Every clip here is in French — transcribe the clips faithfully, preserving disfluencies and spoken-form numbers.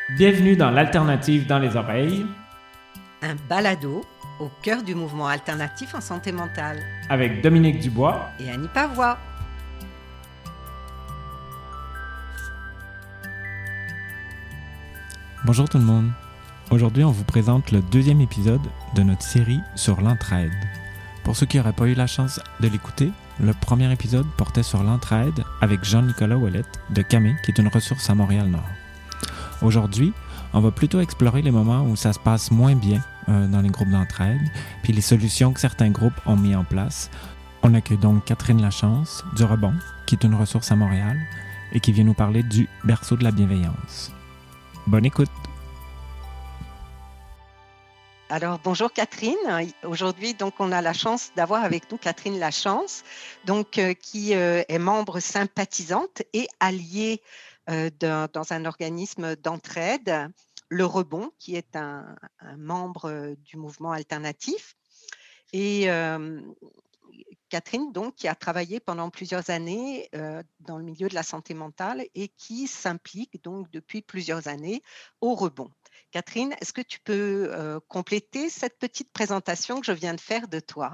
Bienvenue dans l'Alternative dans les oreilles, un balado au cœur du mouvement alternatif en santé mentale, avec Dominique Dubois et Annie Pavois. Bonjour tout le monde. Aujourd'hui, on vous présente le deuxième épisode de notre série sur l'entraide. Pour ceux qui n'auraient pas eu la chance de l'écouter, le premier épisode portait sur l'entraide avec Jean-Nicolas Ouellette de Camé, qui est une ressource à Montréal-Nord. Aujourd'hui, on va plutôt explorer les moments où ça se passe moins bien euh, dans les groupes d'entraide, puis les solutions que certains groupes ont mis en place. On accueille donc Catherine Lachance du Rebond, qui est une ressource à Montréal et qui vient nous parler du berceau de la bienveillance. Bonne écoute! Alors, bonjour Catherine. Aujourd'hui, donc, on a la chance d'avoir avec nous Catherine Lachance, donc, euh, qui euh, est membre sympathisante et alliée euh, d'un, dans un organisme d'entraide, le Rebond, qui est un, un membre euh, du mouvement alternatif. Et euh, Catherine, donc, qui a travaillé pendant plusieurs années euh, dans le milieu de la santé mentale et qui s'implique donc depuis plusieurs années au Rebond. Catherine, est-ce que tu peux euh, compléter cette petite présentation que je viens de faire de toi?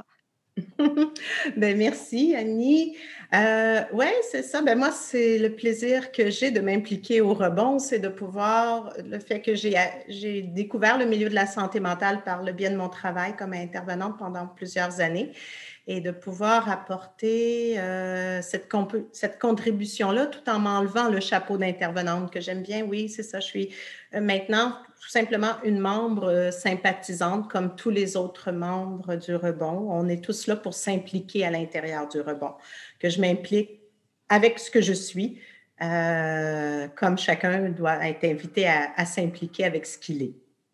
Ben, merci, Annie. Euh, oui, c'est ça. Ben, moi, c'est le plaisir que j'ai de m'impliquer au Rebond, c'est de pouvoir, le fait que j'ai, j'ai découvert le milieu de la santé mentale par le biais de mon travail comme intervenante pendant plusieurs années et de pouvoir apporter euh, cette, comp- cette contribution-là tout en m'enlevant le chapeau d'intervenante que j'aime bien. Oui, c'est ça. Je suis euh, maintenant tout simplement une membre euh, sympathisante comme tous les autres membres du Rebond. On est tous là pour s'impliquer à l'intérieur du Rebond, que je m'implique avec ce que je suis, euh, comme chacun doit être invité à, à s'impliquer avec ce qu'il est.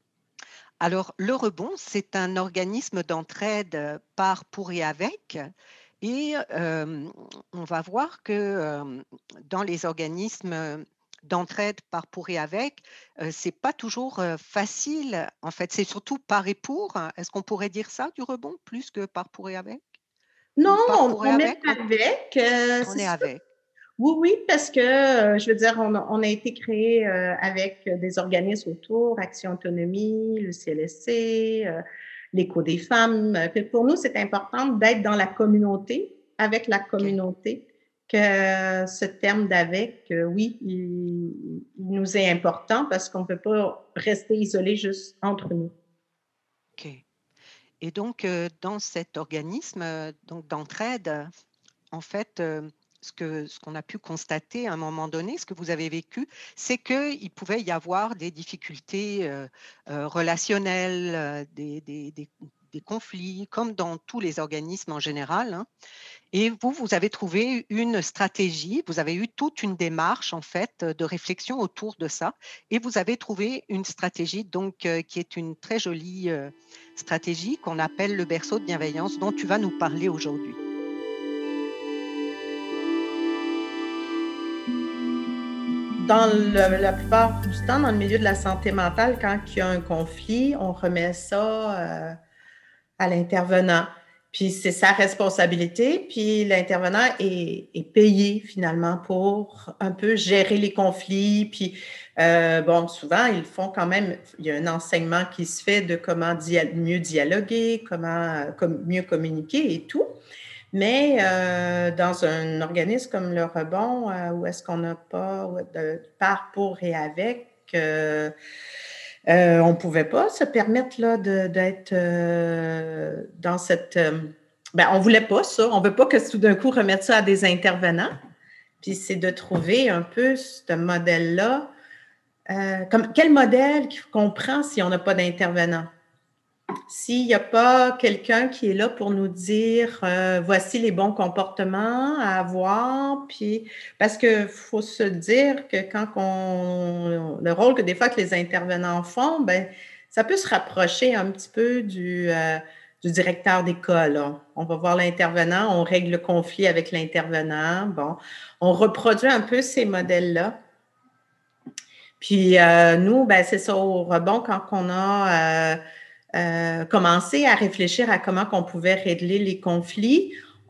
Alors, le Rebond, c'est un organisme d'entraide par, pour et avec. Et euh, on va voir que euh, dans les organismes d'entraide par, pour et avec, euh, ce n'est pas toujours euh, facile. En fait, c'est surtout par et pour. Est-ce qu'on pourrait dire ça du Rebond, plus que par, pour et avec? Non, par, on, pour on et avec, est avec. Euh, on c'est est sûr. avec. Oui, oui, parce que, euh, je veux dire, on a, on a été créé euh, avec des organismes autour, Action Autonomie, le C L S C, euh, l'Écho des femmes. Puis pour nous, c'est important d'être dans la communauté, avec la communauté, okay. que ce terme d'avec, euh, oui, il, il nous est important parce qu'on ne peut pas rester isolé juste entre nous. OK. Et donc, euh, dans cet organisme euh, donc, d'entraide, en fait, euh, ce, que, ce qu'on a pu constater à un moment donné, ce que vous avez vécu, c'est qu'il pouvait y avoir des difficultés euh, euh, relationnelles, euh, des, des, des, des conflits, comme dans tous les organismes en général. Hein. Et vous, vous avez trouvé une stratégie, vous avez eu toute une démarche en fait de réflexion autour de ça, et vous avez trouvé une stratégie donc euh, qui est une très jolie euh, stratégie qu'on appelle le berceau de bienveillance, dont tu vas nous parler aujourd'hui. Dans le, la plupart du temps, dans le milieu de la santé mentale, quand il y a un conflit, on remet ça euh, à l'intervenant. Puis c'est sa responsabilité, puis l'intervenant est, est payé finalement pour un peu gérer les conflits. Puis euh, bon, souvent, ils font quand même, il y a un enseignement qui se fait de comment dia- mieux dialoguer, comment comme, mieux communiquer et tout. Mais euh, dans un organisme comme le Rebond, euh, où est-ce qu'on n'a pas de par, pour et avec, euh, euh, on ne pouvait pas se permettre là, de, d'être euh, dans cette... Euh, ben, on ne voulait pas ça. On ne veut pas que tout d'un coup remettre ça à des intervenants. Puis c'est de trouver un peu ce modèle-là. Euh, comme, quel modèle qu'on prend si on n'a pas d'intervenant? S'il n'y a pas quelqu'un qui est là pour nous dire euh, voici les bons comportements à avoir, puis parce qu'il faut se dire que quand on le rôle que des fois que les intervenants font, ben ça peut se rapprocher un petit peu du, euh, du directeur d'école. Là. On va voir l'intervenant, on règle le conflit avec l'intervenant, bon, on reproduit un peu ces modèles-là. Puis euh, nous, ben c'est ça au Rebond quand on a euh, Euh, commencer à réfléchir à comment on pouvait régler les conflits.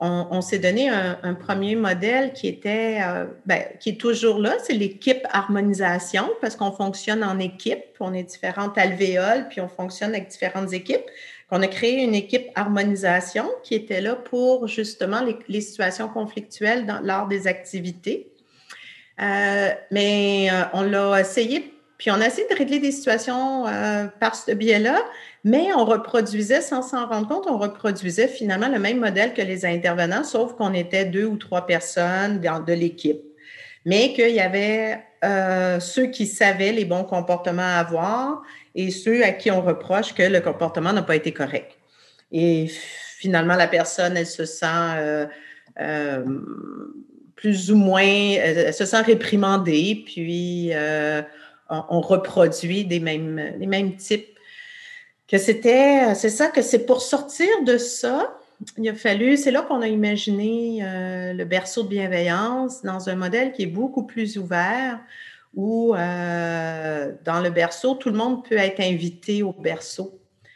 on, on s'est donné un, un premier modèle qui était, euh, ben, qui est toujours là, c'est l'équipe harmonisation, parce qu'on fonctionne en équipe, on est différentes alvéoles, puis on fonctionne avec différentes équipes. On a créé une équipe harmonisation qui était là pour justement les, les situations conflictuelles dans, lors des activités. Euh, mais euh, on l'a essayé, puis on a essayé de régler des situations euh, par ce biais-là, mais on reproduisait, sans s'en rendre compte, on reproduisait finalement le même modèle que les intervenants, sauf qu'on était deux ou trois personnes de, de l'équipe. Mais qu'il y avait euh, ceux qui savaient les bons comportements à avoir et ceux à qui on reproche que le comportement n'a pas été correct. Et finalement, la personne, elle se sent euh, euh, plus ou moins, elle se sent réprimandée, puis euh, on, on reproduit des mêmes, les mêmes types. Que c'était, c'est ça, que c'est pour sortir de ça, il a fallu, c'est là qu'on a imaginé euh, le berceau de bienveillance dans un modèle qui est beaucoup plus ouvert, où euh, dans le berceau, tout le monde peut être invité au berceau.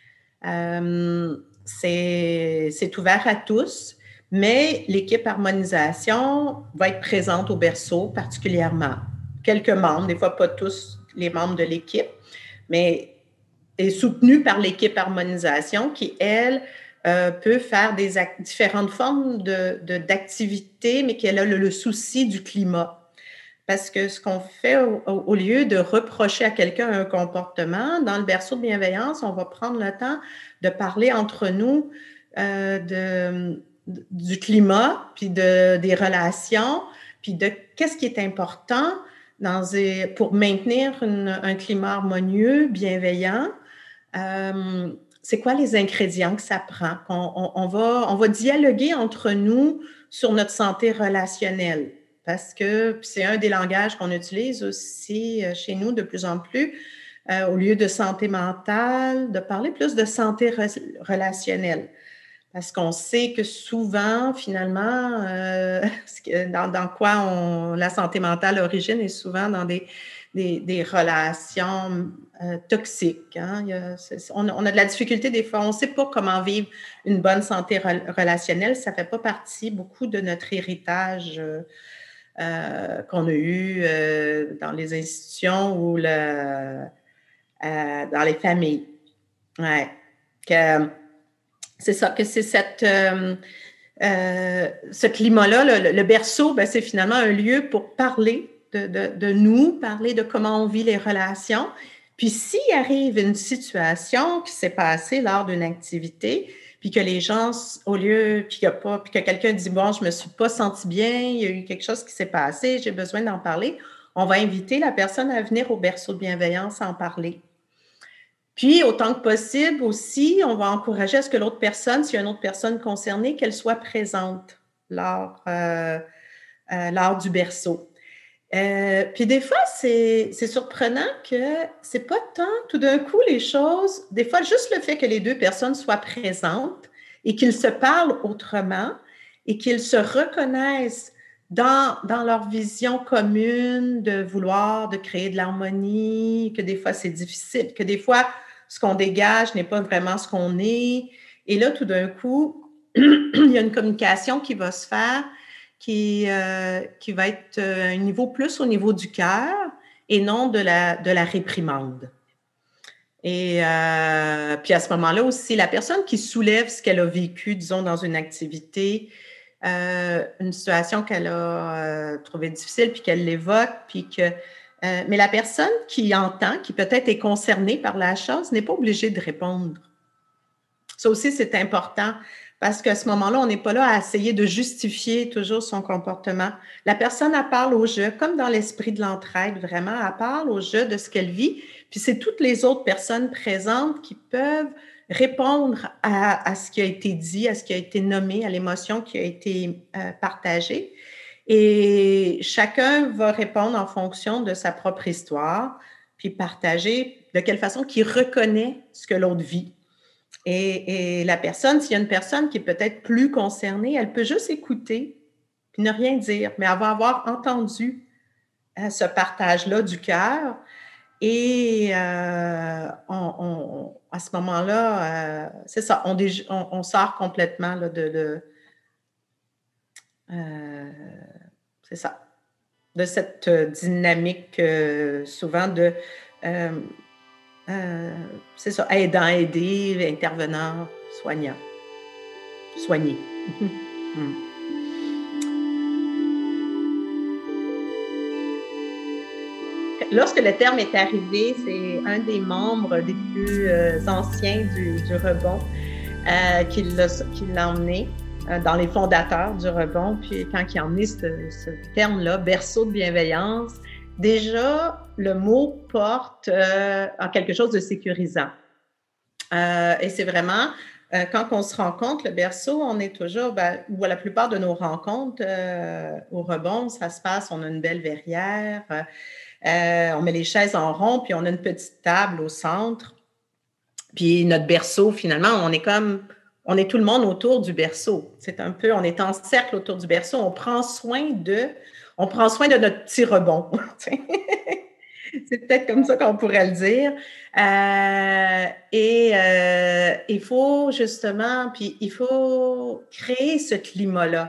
Euh, c'est, c'est ouvert à tous, mais l'équipe harmonisation va être présente au berceau particulièrement. Quelques membres, des fois pas tous les membres de l'équipe, mais est soutenue par l'équipe harmonisation qui, elle, euh, peut faire des act- différentes formes de, de, d'activités, mais qu'elle a le, le souci du climat. Parce que ce qu'on fait, au, au lieu de reprocher à quelqu'un un comportement, dans le berceau de bienveillance, on va prendre le temps de parler entre nous euh, de, de, du climat, puis de, des relations, puis de qu'est-ce qui est important dans des, pour maintenir une, un climat harmonieux, bienveillant. Euh, c'est quoi les ingrédients que ça prend? On, on, on, va, on va dialoguer entre nous sur notre santé relationnelle parce que c'est un des langages qu'on utilise aussi chez nous de plus en plus. Euh, au lieu de santé mentale, de parler plus de santé re- relationnelle. Parce qu'on sait que souvent, finalement, euh, dans, dans quoi on, la santé mentale origine est souvent dans des, des, des relations euh, toxiques. Hein? Il y a, on, on a de la difficulté des fois, on ne sait pas comment vivre une bonne santé re- relationnelle. Ça ne fait pas partie beaucoup de notre héritage euh, euh, qu'on a eu euh, dans les institutions ou le, euh, dans les familles. Ouais. Que, c'est ça, que c'est cette, euh, euh, ce climat-là, le, le berceau, ben, c'est finalement un lieu pour parler de, de, de nous, parler de comment on vit les relations. Puis s'il arrive une situation qui s'est passée lors d'une activité, puis que les gens, au lieu, puis, qu'il y a pas, puis que quelqu'un dit, bon, je ne me suis pas senti bien, il y a eu quelque chose qui s'est passé, j'ai besoin d'en parler, on va inviter la personne à venir au berceau de bienveillance en parler. Puis, autant que possible aussi, on va encourager à ce que l'autre personne, s'il y a une autre personne concernée, qu'elle soit présente lors, euh, euh, lors du berceau. Euh, puis des fois, c'est, c'est surprenant que c'est pas tant tout d'un coup les choses, des fois juste le fait que les deux personnes soient présentes et qu'ils se parlent autrement et qu'ils se reconnaissent dans, dans leur vision commune de vouloir, de créer de l'harmonie, que des fois c'est difficile, que des fois ce qu'on dégage n'est pas vraiment ce qu'on est. Et là, tout d'un coup, il y a une communication qui va se faire qui, euh, qui va être euh, un niveau plus au niveau du cœur et non de la, de la réprimande. Et euh, puis à ce moment-là aussi, la personne qui soulève ce qu'elle a vécu, disons, dans une activité, euh, une situation qu'elle a euh, trouvée difficile, puis qu'elle l'évoque, puis que... Euh, mais la personne qui entend, qui peut-être est concernée par la chose, n'est pas obligée de répondre. Ça aussi, c'est important. Parce qu'à ce moment-là, on n'est pas là à essayer de justifier toujours son comportement. La personne, elle parle au jeu, comme dans l'esprit de l'entraide, vraiment, elle parle au jeu de ce qu'elle vit. Puis c'est toutes les autres personnes présentes qui peuvent répondre à, à ce qui a été dit, à ce qui a été nommé, à l'émotion qui a été euh, partagée. Et chacun va répondre en fonction de sa propre histoire, puis partager de quelle façon qu'il reconnaît ce que l'autre vit. Et, et la personne, s'il y a une personne qui est peut-être plus concernée, elle peut juste écouter puis ne rien dire, mais elle va avoir entendu euh, ce partage-là du cœur. Et euh, on, on, à ce moment-là, euh, c'est ça, on, on, on sort complètement là, de, de, Euh, c'est ça. De cette dynamique euh, souvent de... Euh, euh, c'est ça, aidant, aider, intervenant, soignant. Soigner. mm. Lorsque le terme est arrivé, c'est un des membres des plus euh, anciens du, du rebond euh, qui l'a, qui l'a emmené euh, dans les fondateurs du rebond. Puis quand il a emmené ce, ce terme-là, berceau de bienveillance, déjà, le mot porte euh, en quelque chose de sécurisant. Euh, et c'est vraiment, euh, quand on se rencontre, le berceau, on est toujours, ben, ou à la plupart de nos rencontres euh, au rebond, ça se passe, on a une belle verrière, euh, Euh, on met les chaises en rond, puis on a une petite table au centre. Puis notre berceau, finalement, on est comme, on est tout le monde autour du berceau. C'est un peu, on est en cercle autour du berceau. On prend soin de, on prend soin de notre petit rebond. C'est peut-être comme ça qu'on pourrait le dire. Euh, et euh, il faut justement, puis il faut créer ce climat-là.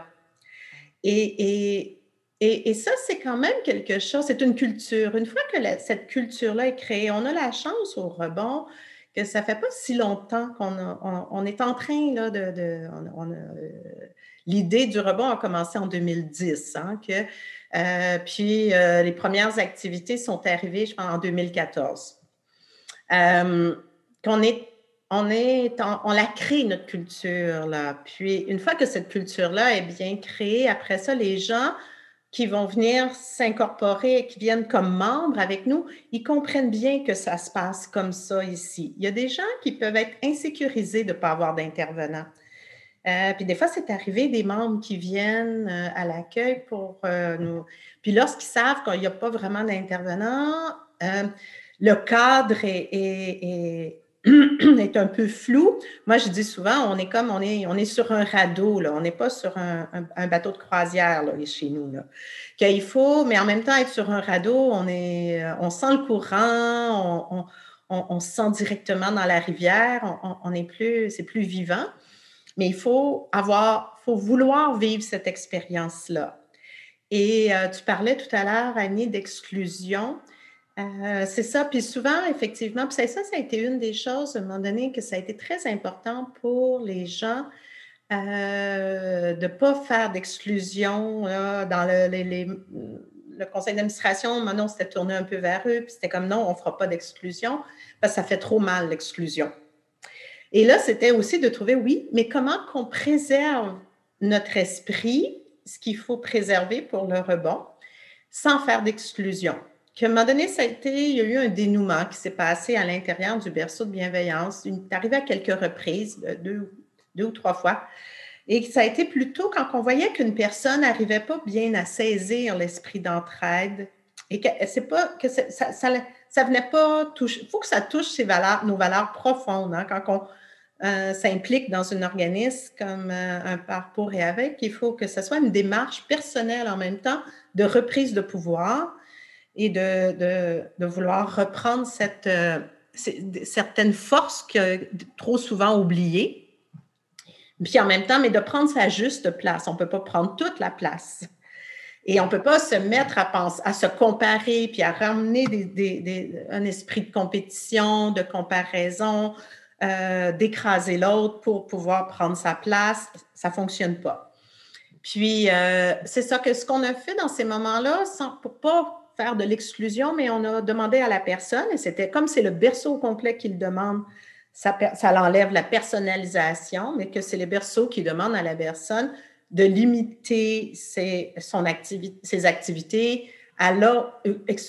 Et, et Et, et ça, c'est quand même quelque chose, c'est une culture. Une fois que la, cette culture-là est créée, on a la chance au rebond que ça ne fait pas si longtemps qu'on a, on, on est en train là, de... de on, on a, euh, l'idée du rebond a commencé en deux mille dix, hein, que, euh, puis euh, les premières activités sont arrivées, je pense, en deux mille quatorze. Euh, qu'on est On, est en, on la crée, notre culture, là. Puis, une fois que cette culture-là est bien créée, après ça, les gens qui vont venir s'incorporer, qui viennent comme membres avec nous, ils comprennent bien que ça se passe comme ça ici. Il y a des gens qui peuvent être insécurisés de ne pas avoir d'intervenants. Euh, puis des fois, c'est arrivé des membres qui viennent euh, à l'accueil pour euh, nous... Puis lorsqu'ils savent qu'il n'y a pas vraiment d'intervenants, euh, le cadre est... est, est est un peu flou. Moi, je dis souvent, on est comme, on est, on est sur un radeau, là. On n'est pas sur un, un, un bateau de croisière, là, chez nous, là. Qu'il faut, mais en même temps, être sur un radeau, on est, on sent le courant, on, on, on se sent directement dans la rivière, on, on est plus, c'est plus vivant. Mais il faut avoir, faut vouloir vivre cette expérience-là. Et euh, tu parlais tout à l'heure, Annie, d'exclusion. Euh, c'est ça. Puis souvent, effectivement, puis ça, ça, ça a été une des choses, à un moment donné, que ça a été très important pour les gens euh, de ne pas faire d'exclusion. Là, dans le, les, les, le conseil d'administration, maintenant, on s'était tourné un peu vers eux, puis c'était comme non, on ne fera pas d'exclusion parce que ça fait trop mal, l'exclusion. Et là, c'était aussi de trouver, oui, mais comment qu'on préserve notre esprit, ce qu'il faut préserver pour le rebond, sans faire d'exclusion. Qu'à un moment donné, ça a été, il y a eu un dénouement qui s'est passé à l'intérieur du berceau de bienveillance. Il est arrivé à quelques reprises, deux, deux ou trois fois. Et ça a été plutôt quand on voyait qu'une personne n'arrivait pas bien à saisir l'esprit d'entraide et que c'est pas que ça, ça, ça, ça venait pas toucher. Il faut que ça touche ses valeurs, nos valeurs profondes. Hein, quand on euh, s'implique dans un organisme comme euh, un parcours et avec, il faut que ce soit une démarche personnelle en même temps de reprise de pouvoir et de, de, de vouloir reprendre cette, euh, certaines forces que trop souvent oubliées. Puis en même temps, mais de prendre sa juste place. On ne peut pas prendre toute la place. Et on ne peut pas se mettre à, penser, à se comparer puis à ramener des, des, des, un esprit de compétition, de comparaison, euh, d'écraser l'autre pour pouvoir prendre sa place. Ça ne fonctionne pas. Puis, euh, c'est ça que ce qu'on a fait dans ces moments-là, sans, pour ne pas faire de l'exclusion, mais on a demandé à la personne, et c'était comme c'est le berceau au complet qui le demande, ça, ça l'enlève la personnalisation, mais que c'est le berceau qui demande à la personne de limiter ses, son activi- ses activités. Elle a,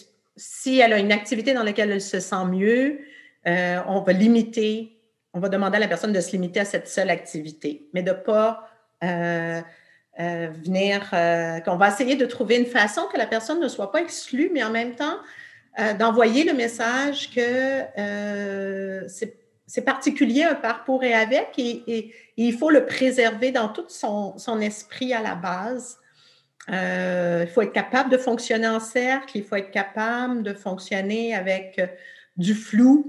si elle a une activité dans laquelle elle se sent mieux, euh, on va limiter, on va demander à la personne de se limiter à cette seule activité, mais de ne pas... Euh, Euh, venir, euh, qu'on va essayer de trouver une façon que la personne ne soit pas exclue, mais en même temps, euh, d'envoyer le message que euh, c'est, c'est particulier un parcours et avec, et, et, et il faut le préserver dans tout son, son esprit à la base. Euh, il faut être capable de fonctionner en cercle, il faut être capable de fonctionner avec euh, du flou.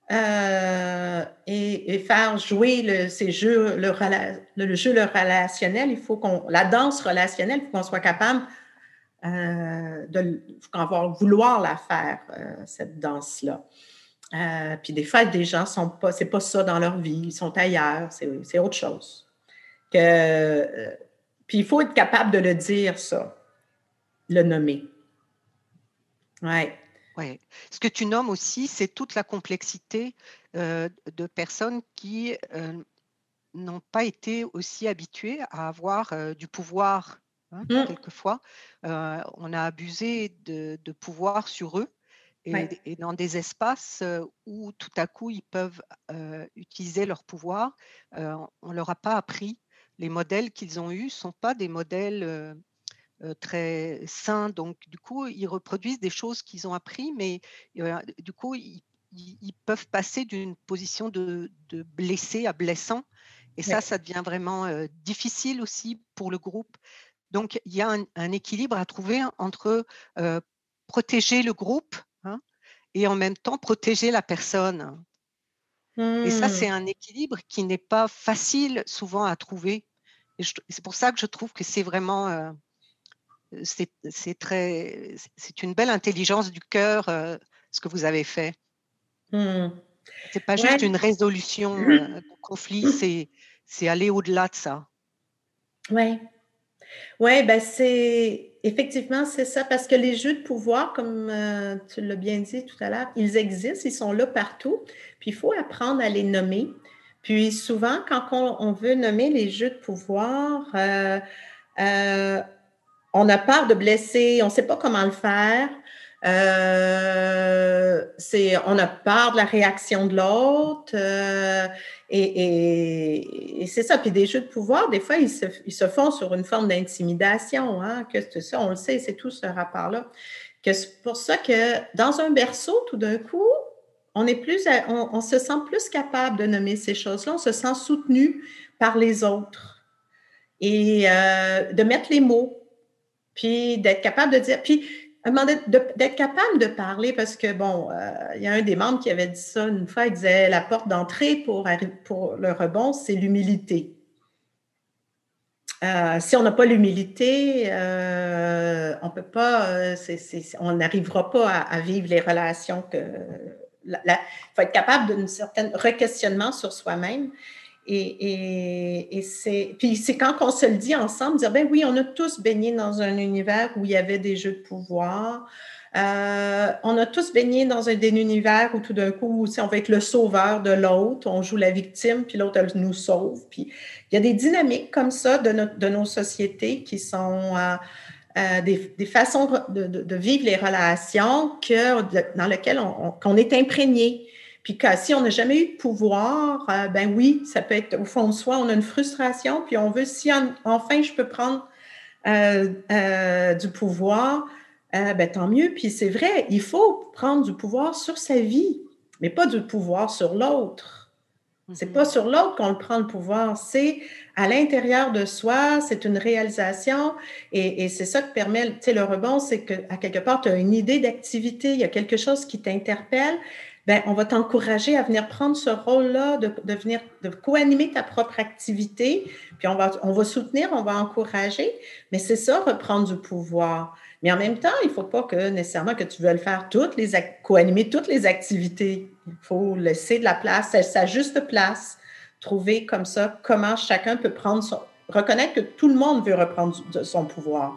Euh, et, et faire jouer le, ces jeux, le, le, le jeu le relationnel, il faut qu'on, la danse relationnelle, il faut qu'on soit capable euh, de avoir, vouloir la faire, euh, cette danse-là. Euh, puis des fois, des gens sont pas, c'est pas ça dans leur vie, ils sont ailleurs, c'est, c'est autre chose. Que, euh, puis il faut être capable de le dire, ça, le nommer. Ouais. Ouais. Ce que tu nommes aussi, c'est toute la complexité euh, de personnes qui euh, n'ont pas été aussi habituées à avoir euh, du pouvoir. Hein, Mm. quelquefois, euh, on a abusé de, de pouvoir sur eux et, Ouais. et dans des espaces où tout à coup ils peuvent euh, utiliser leur pouvoir, euh, on ne leur a pas appris. Les modèles qu'ils ont eus ne sont pas des modèles euh, Euh, très sains. Donc, du coup, ils reproduisent des choses qu'ils ont appris, mais euh, du coup, ils, ils, peuvent passer d'une position de, de blessé à blessant. Et ça, Ouais. ça devient vraiment euh, difficile aussi pour le groupe. Donc, il y a un, un équilibre à trouver entre euh, protéger le groupe hein, et en même temps protéger la personne. Mm. Et ça, c'est un équilibre qui n'est pas facile souvent à trouver. Et je, c'est pour ça que je trouve que c'est vraiment... Euh, c'est, c'est, très, c'est une belle intelligence du cœur, euh, ce que vous avez fait. Mm. Ce n'est pas Ouais. juste une résolution euh, de conflit, c'est, c'est aller au-delà de ça. Oui. Oui, ben c'est effectivement c'est ça, parce que les jeux de pouvoir, comme euh, tu l'as bien dit tout à l'heure, ils existent, ils sont là partout, puis il faut apprendre à les nommer. Puis souvent, quand on, on veut nommer les jeux de pouvoir, euh, euh, on a peur de blesser, on ne sait pas comment le faire. Euh, c'est, on a peur de la réaction de l'autre. Euh, et, et, et c'est ça. Puis des jeux de pouvoir, des fois, ils se, ils se font sur une forme d'intimidation. Hein, que c'est ça, on le sait, c'est tout ce rapport-là. Que c'est pour ça que dans un berceau, tout d'un coup, on est plus, on, on se sent plus capable de nommer ces choses-là. On se sent soutenu par les autres et euh, de mettre les mots. Puis d'être capable de dire, puis à un moment donné, de, d'être capable de parler, parce que bon, euh, il y a un des membres qui avait dit ça une fois, il disait la porte d'entrée pour, pour le rebond, c'est l'humilité. Euh, si on n'a pas l'humilité, euh, on peut pas, euh, c'est, c'est, on n'arrivera pas à, à vivre les relations que. Il faut être capable d'un certain re-questionnement sur soi-même. Et, et, et c'est, puis c'est quand on se le dit ensemble, dire, ben oui, on a tous baigné dans un univers où il y avait des jeux de pouvoir. Euh, on a tous baigné dans un, un univers où tout d'un coup, on va être le sauveur de l'autre, on joue la victime, puis l'autre, elle nous sauve. Puis il y a des dynamiques comme ça de, notre, de nos sociétés qui sont euh, euh, des, des façons de, de, de vivre les relations que, de, dans lesquelles on, on, qu'on est imprégné. Puis que si on n'a jamais eu de pouvoir, euh, ben oui, ça peut être au fond de soi, on a une frustration, puis on veut, si en, enfin je peux prendre euh, euh, du pouvoir, euh, ben tant mieux. Puis c'est vrai, il faut prendre du pouvoir sur sa vie, mais pas du pouvoir sur l'autre. Mm-hmm. C'est pas sur l'autre qu'on le prend le pouvoir, c'est à l'intérieur de soi, c'est une réalisation et, et c'est ça qui permet, tu sais, le rebond, c'est qu'à quelque part, tu as une idée d'activité, il y a quelque chose qui t'interpelle. Ben, on va t'encourager à venir prendre ce rôle-là, de, de venir de co-animer ta propre activité, puis on va, on va soutenir, on va encourager, mais c'est ça, reprendre du pouvoir. Mais en même temps, il ne faut pas que nécessairement que tu veuilles faire toutes les, co-animer toutes les activités. Il faut laisser de la place, sa juste place, trouver comme ça comment chacun peut prendre son, reconnaître que tout le monde veut reprendre son pouvoir.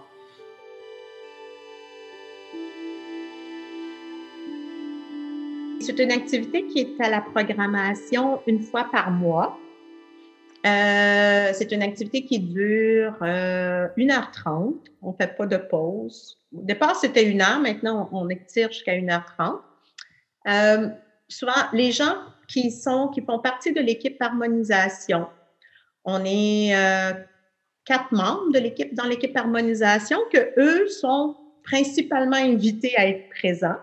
C'est une activité qui est à la programmation une fois par mois. Euh, c'est une activité qui dure euh, une heure trente. On ne fait pas de pause. Au départ, c'était une heure. Maintenant, on, on étire jusqu'à une heure trente. Euh, souvent, les gens qui, sont, qui font partie de l'équipe harmonisation, on est euh, quatre membres de l'équipe, dans l'équipe harmonisation, que eux sont principalement invités à être présents.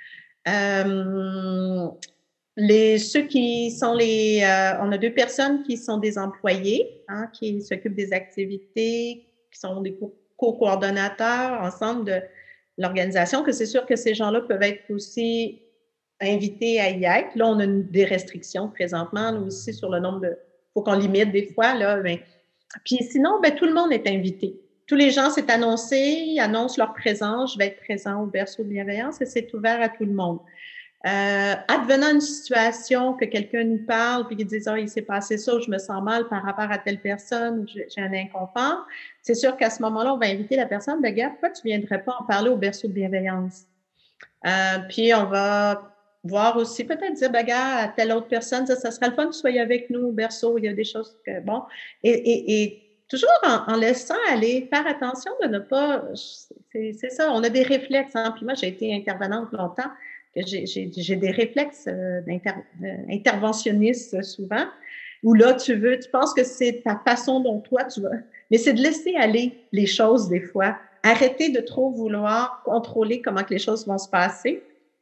Euh, les, ceux qui sont les... Euh, on a deux personnes qui sont des employés, hein, qui s'occupent des activités, qui sont des co-coordonnateurs ensemble de l'organisation, que c'est sûr que ces gens-là peuvent être aussi invités à y être. Là, on a une, des restrictions présentement, nous aussi, sur le nombre de... Il faut qu'on limite des fois, là. Ben, puis sinon, ben, tout le monde est invité. Tous les gens, c'est annoncé, ils annoncent leur présence. Je vais être présent au berceau de bienveillance et c'est ouvert à tout le monde. Euh, advenant une situation que quelqu'un nous parle puis qu'il dise « Ah, il s'est passé ça, ou je me sens mal par rapport à telle personne, ou j'ai un inconfort », c'est sûr qu'à ce moment-là, on va inviter la personne « Ben, gars, pourquoi tu ne viendrais pas en parler au berceau de bienveillance? » euh, Puis, on va voir aussi, peut-être dire « Ben, gars, à telle autre personne, ça, ça serait le fun que tu sois avec nous au berceau, il y a des choses que, bon. » Et, et, et toujours en, en laissant aller, faire attention de ne pas, c'est ça, on a des réflexes, hein. Puis moi, j'ai été intervenante longtemps, j'ai des réflexes euh, d'interventionnistes souvent, où là, tu veux, tu penses que c'est ta façon dont toi, tu vas... Mais c'est de laisser aller les choses des fois. Arrêter de trop vouloir contrôler comment que les choses vont se passer.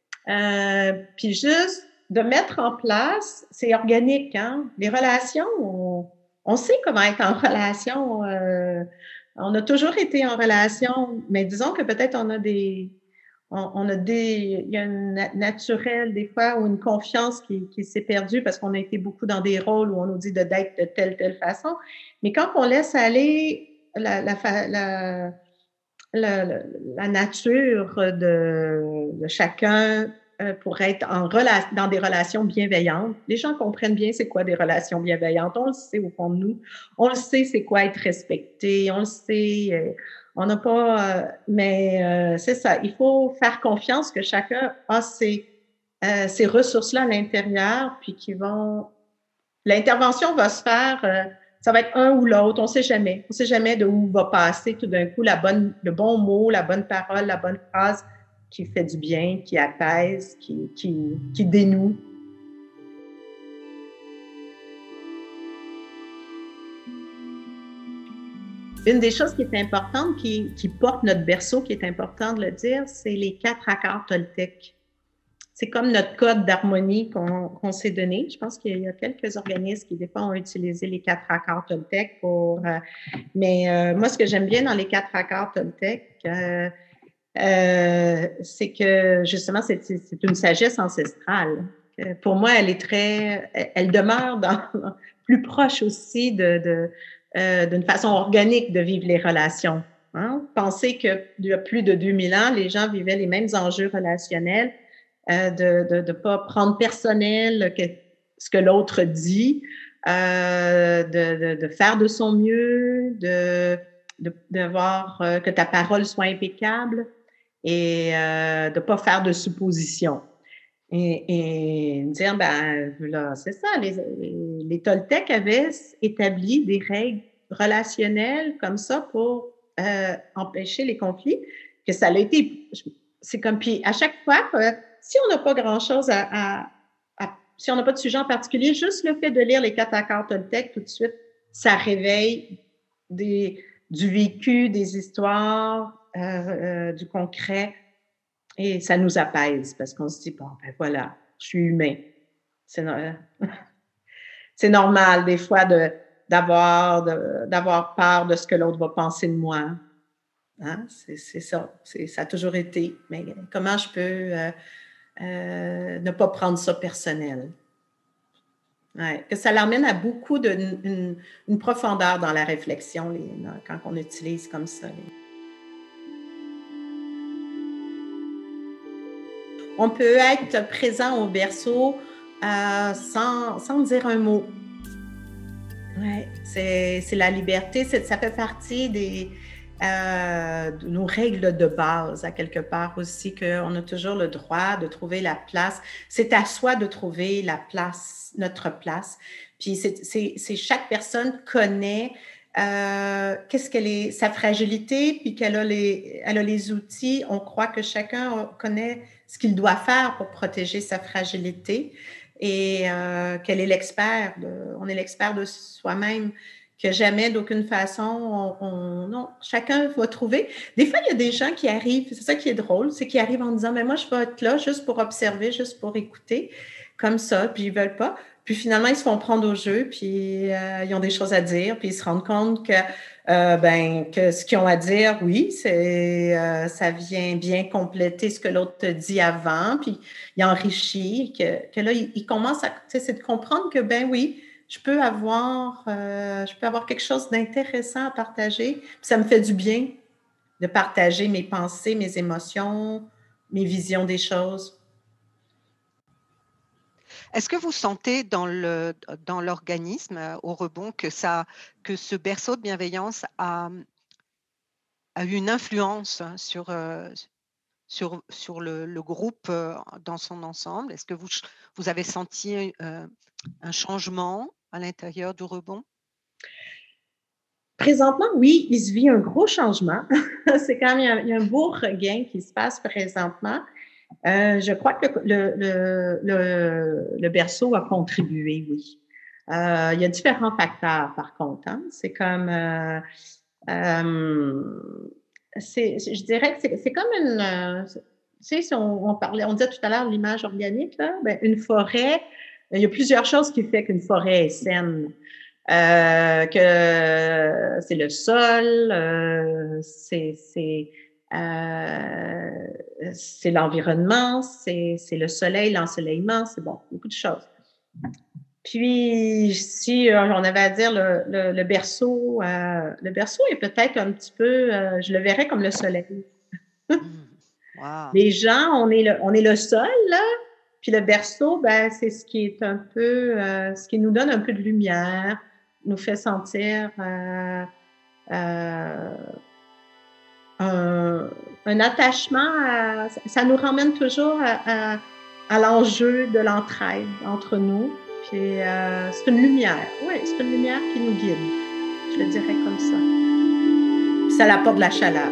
Euh, puis juste de mettre en place, c'est organique, hein? Les relations, on, on sait comment être en relation. Euh, on a toujours été en relation, mais disons que peut-être on a des... On a des, il y a une naturel des fois ou une confiance qui, qui s'est perdue parce qu'on a été beaucoup dans des rôles où on nous dit de d'être de telle telle façon. Mais quand on laisse aller la, la, la, la, la nature de, de chacun pour être en rela dans des relations bienveillantes, les gens comprennent bien c'est quoi des relations bienveillantes. On le sait au fond de nous. On le sait c'est quoi être respecté. On le sait. Euh, On n'a pas, euh, mais euh, c'est ça. Il faut faire confiance que chacun a ces, euh, ces ressources-là à l'intérieur, puis qui vont. L'intervention va se faire. Euh, ça va être un ou l'autre. On ne sait jamais. On ne sait jamais de où va passer tout d'un coup la bonne, le bon mot, la bonne parole, la bonne phrase qui fait du bien, qui apaise, qui, qui, qui dénoue. Une des choses qui est importante, qui, qui porte notre berceau, qui est important de le dire, c'est les quatre accords toltèques. C'est comme notre code d'harmonie qu'on qu'on s'est donné. Je pense qu'il y a quelques organismes qui, des fois, ont utilisé les quatre accords toltèques pour... Euh, mais euh, moi, ce que j'aime bien dans les quatre accords toltèques, euh, euh, c'est que, justement, c'est une sagesse ancestrale. Euh, pour moi, elle est très... Elle demeure dans, plus proche aussi de... de Euh, d'une façon organique de vivre les relations. Hein? Pensez qu'il y a plus de deux mille ans, les gens vivaient les mêmes enjeux relationnels, euh, de ne pas prendre personnel que, ce que l'autre dit, euh, de, de, de faire de son mieux, de, de, de voir euh, que ta parole soit impeccable et euh, de ne pas faire de suppositions. Et, et dire, ben là, c'est ça, les, les Toltecs avaient établi des règles relationnelles comme ça pour euh, empêcher les conflits, que ça a été, c'est comme, puis à chaque fois, euh, si on n'a pas grand-chose à, à, à, si on n'a pas de sujet en particulier, juste le fait de lire les quatre accords Toltecs, tout de suite, ça réveille des, du vécu, des histoires, euh, euh, du concret. Et ça nous apaise parce qu'on se dit, bon, ben voilà, je suis humain. C'est no normal des fois de, d'avoir, de, d'avoir peur de ce que l'autre va penser de moi. Hein? C'est ça, ça a toujours été. Mais comment je peux euh, euh, ne pas prendre ça personnel? Ouais, que ça l'amène à beaucoup de une, une profondeur dans la réflexion les, quand on utilise comme ça. Les... On peut être présent au berceau euh, sans, sans dire un mot. Ouais, c'est la liberté, ça fait partie des, euh, de nos règles de base, à quelque part aussi, qu'on a toujours le droit de trouver la place. C'est à soi de trouver la place, notre place. Puis c'est chaque personne connaît euh, qu'est-ce qu'elle est, sa fragilité, puis qu'elle a les, elle a les outils. On croit que chacun connaît ce qu'il doit faire pour protéger sa fragilité et euh, qu'elle est l'expert, on est l'expert de soi-même, que jamais d'aucune façon, on, on, non, chacun va trouver. Des fois, il y a des gens qui arrivent, c'est ça qui est drôle, c'est qu'ils arrivent en disant, mais moi, je vais être là juste pour observer, juste pour écouter, comme ça, puis ils veulent pas. Puis finalement, ils se font prendre au jeu, puis euh, ils ont des choses à dire, puis ils se rendent compte que euh, ben, que ce qu'ils ont à dire, oui, c'est, euh, ça vient bien compléter ce que l'autre te dit avant, puis il enrichit, que, que là, il, il commence à, tu sais, c'est de comprendre que, ben oui, je peux avoir, euh, je peux avoir quelque chose d'intéressant à partager, puis ça me fait du bien de partager mes pensées, mes émotions, mes visions des choses. Est-ce que vous sentez dans le dans l'organisme euh, au rebond que ça que ce berceau de bienveillance a, a eu une influence hein, sur euh, sur sur le, le groupe euh, dans son ensemble? Est-ce que vous vous avez senti euh, un changement à l'intérieur du rebond? Présentement, oui, il se vit un gros changement. C'est quand même, il y, a, il y a un beau regain qui se passe présentement. Euh, je crois que le, le, le, le berceau a contribué, oui. Euh, il y a différents facteurs, par contre. Hein. C'est comme, euh, euh, c'est, je dirais que c'est, c'est comme une, euh, tu sais, si on, on parlait, on disait tout à l'heure l'image organique, là, ben, une forêt, il y a plusieurs choses qui font qu'une forêt est saine. Euh, que c'est le sol, euh, c'est, c'est, euh, c'est l'environnement, c'est, c'est le soleil, l'ensoleillement, c'est bon, beaucoup de choses. Puis, si euh, on avait à dire le, le, le berceau, euh, le berceau est peut-être un petit peu, euh, je le verrais comme le soleil. Mmh. Wow. Les gens, on est le, on est le sol, là, puis le berceau, ben, c'est ce qui est un peu, euh, ce qui nous donne un peu de lumière, nous fait sentir euh, euh, un, un attachement, à, ça nous ramène toujours à, à, à l'enjeu de l'entraide entre nous. Puis euh, c'est une lumière, oui, c'est une lumière qui nous guide, je le dirais comme ça. Puis ça apporte de la chaleur.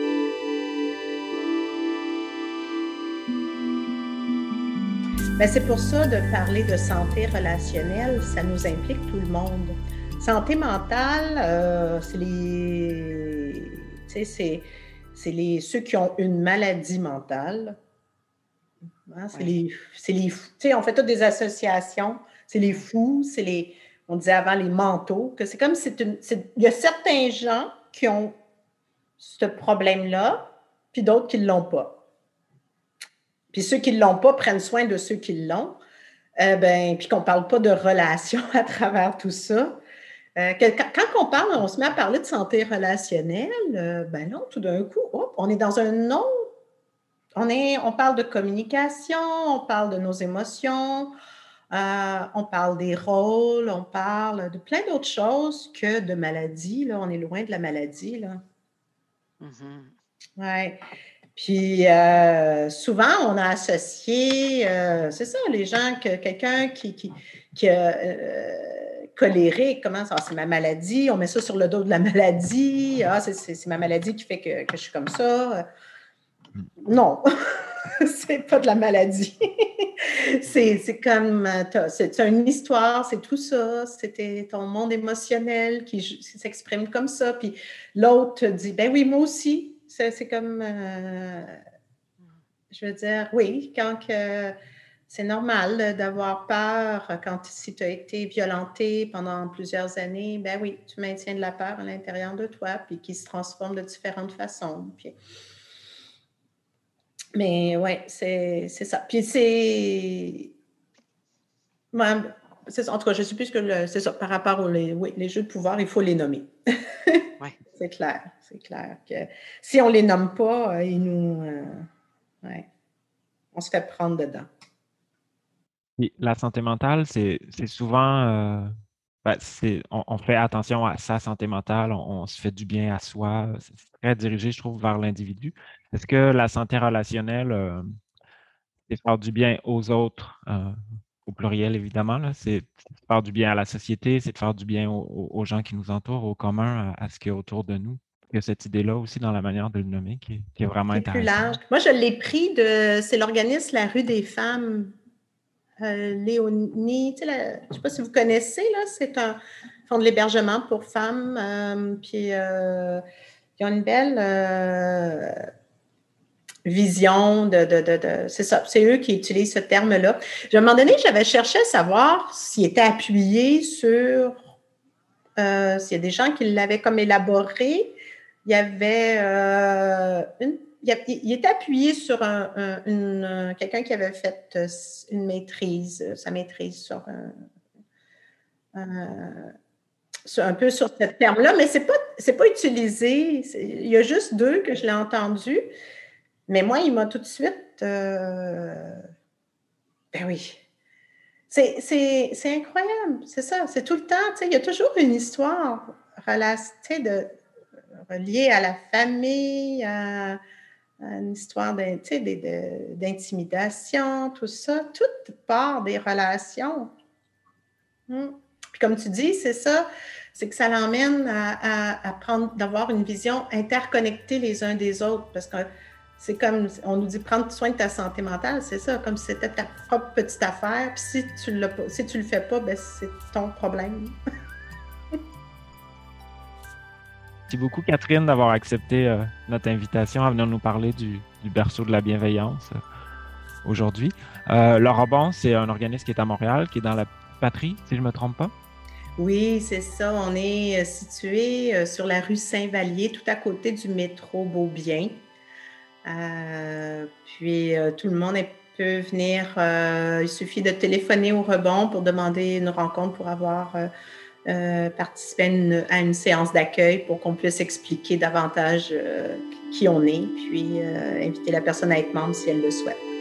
Ben, c'est pour ça de parler de santé relationnelle, ça nous implique tout le monde. Santé mentale, euh, c'est les, tu sais, c'est, c'est les ceux qui ont une maladie mentale. Hein, c'est, ouais. les, c'est les, tu sais, on fait toutes des associations. C'est les fous, c'est les, on disait avant les mentaux. Que c'est comme si c'est une, c'est, il y a certains gens qui ont ce problème-là, puis d'autres qui ne l'ont pas. Puis ceux qui ne l'ont pas prennent soin de ceux qui l'ont. Euh, ben, puis qu'on ne parle pas de relations à travers tout ça. Euh, que, quand, quand on parle, on se met à parler de santé relationnelle, euh, ben non, tout d'un coup, hop, on est dans un autre. On, est, on parle de communication, on parle de nos émotions, euh, on parle des rôles, on parle de plein d'autres choses que de maladie. Là. On est loin de la maladie. Là. Mm-hmm. Ouais. Puis euh, souvent, on a associé, euh, c'est ça, les gens, que quelqu'un qui, qui, qui euh, colérique, comment ça, ah, c'est ma maladie, on met ça sur le dos de la maladie, ah, c'est, c'est, c'est ma maladie qui fait que, que je suis comme ça. Non, c'est pas de la maladie. c'est, c'est comme, c'est, c'est une histoire, c'est tout ça, c'était ton monde émotionnel qui, qui s'exprime comme ça. Puis l'autre te dit, ben oui, moi aussi. C'est, c'est comme, euh, je veux dire, oui, quand que, c'est normal d'avoir peur, quand si tu as été violenté pendant plusieurs années, ben oui, tu maintiens de la peur à l'intérieur de toi, puis qui se transforme de différentes façons. Puis, mais oui, c'est, c'est ça. Puis c'est, ouais, c'est ça. En tout cas, je ne sais plus ce que le, c'est ça, par rapport aux les, oui, les jeux de pouvoir, il faut les nommer. Ouais. C'est clair, c'est clair que si on ne les nomme pas, ils nous, euh, ouais, on se fait prendre dedans. Et la santé mentale, c'est, c'est souvent, euh, ben, c'est, on, on fait attention à sa santé mentale, on, on se fait du bien à soi, c'est très dirigé, je trouve, vers l'individu. Est-ce que la santé relationnelle, euh, c'est faire du bien aux autres, euh, au pluriel évidemment, là, c'est, c'est de faire du bien à la société, c'est de faire du bien aux, aux gens qui nous entourent, au commun, à, à ce qu'il y a autour de nous. Il y a cette idée-là aussi dans la manière de le nommer qui est, qui est vraiment c'est intéressante. Plus large. Moi, je l'ai pris de, c'est l'organisme La Rue des Femmes, euh, Léonie, tu sais, la, je ne sais pas si vous connaissez, là, c'est un fonds de l'hébergement pour femmes, euh, puis euh, ils ont une belle euh, vision de, de, de, de, c'est ça, c'est eux qui utilisent ce terme-là. À un moment donné, j'avais cherché à savoir s'il était appuyé sur Euh, s'il y a des gens qui l'avaient comme élaboré, il y avait euh, une, il, y a, il était appuyé sur un, un, une, quelqu'un qui avait fait une maîtrise, sa maîtrise sur un, un, sur, un peu sur ce terme-là, mais c'est pas, c'est pas utilisé. C'est, il y a juste deux que je l'ai entendu. Mais moi, il m'a tout de suite... Euh, ben oui. C'est, c'est, c'est incroyable, c'est ça. C'est tout le temps, tu sais, il y a toujours une histoire relâchée de, reliée à la famille, à, à une histoire de, tu sais, de, de, d'intimidation, tout ça. Tout part des relations. Hum. Puis comme tu dis, c'est ça, c'est que ça l'emmène à, à, à prendre, d'avoir une vision interconnectée les uns des autres, parce que c'est comme, on nous dit prendre soin de ta santé mentale, c'est ça, comme si c'était ta propre petite affaire, puis si tu l'as pas, si tu le fais pas, ben c'est ton problème. Merci beaucoup, Catherine, d'avoir accepté euh, notre invitation à venir nous parler du, du berceau de la bienveillance euh, aujourd'hui. Euh, Laura Bon, c'est un organisme qui est à Montréal, qui est dans la Patrie, si je ne me trompe pas. Oui, c'est ça. On est situé euh, sur la rue Saint-Vallier, tout à côté du métro Beaubien. Euh, puis euh, tout le monde est, peut venir, euh, il suffit de téléphoner au rebond pour demander une rencontre pour avoir euh, euh, participé à une, à une séance d'accueil pour qu'on puisse expliquer davantage euh, qui on est, puis euh, inviter la personne à être membre si elle le souhaite.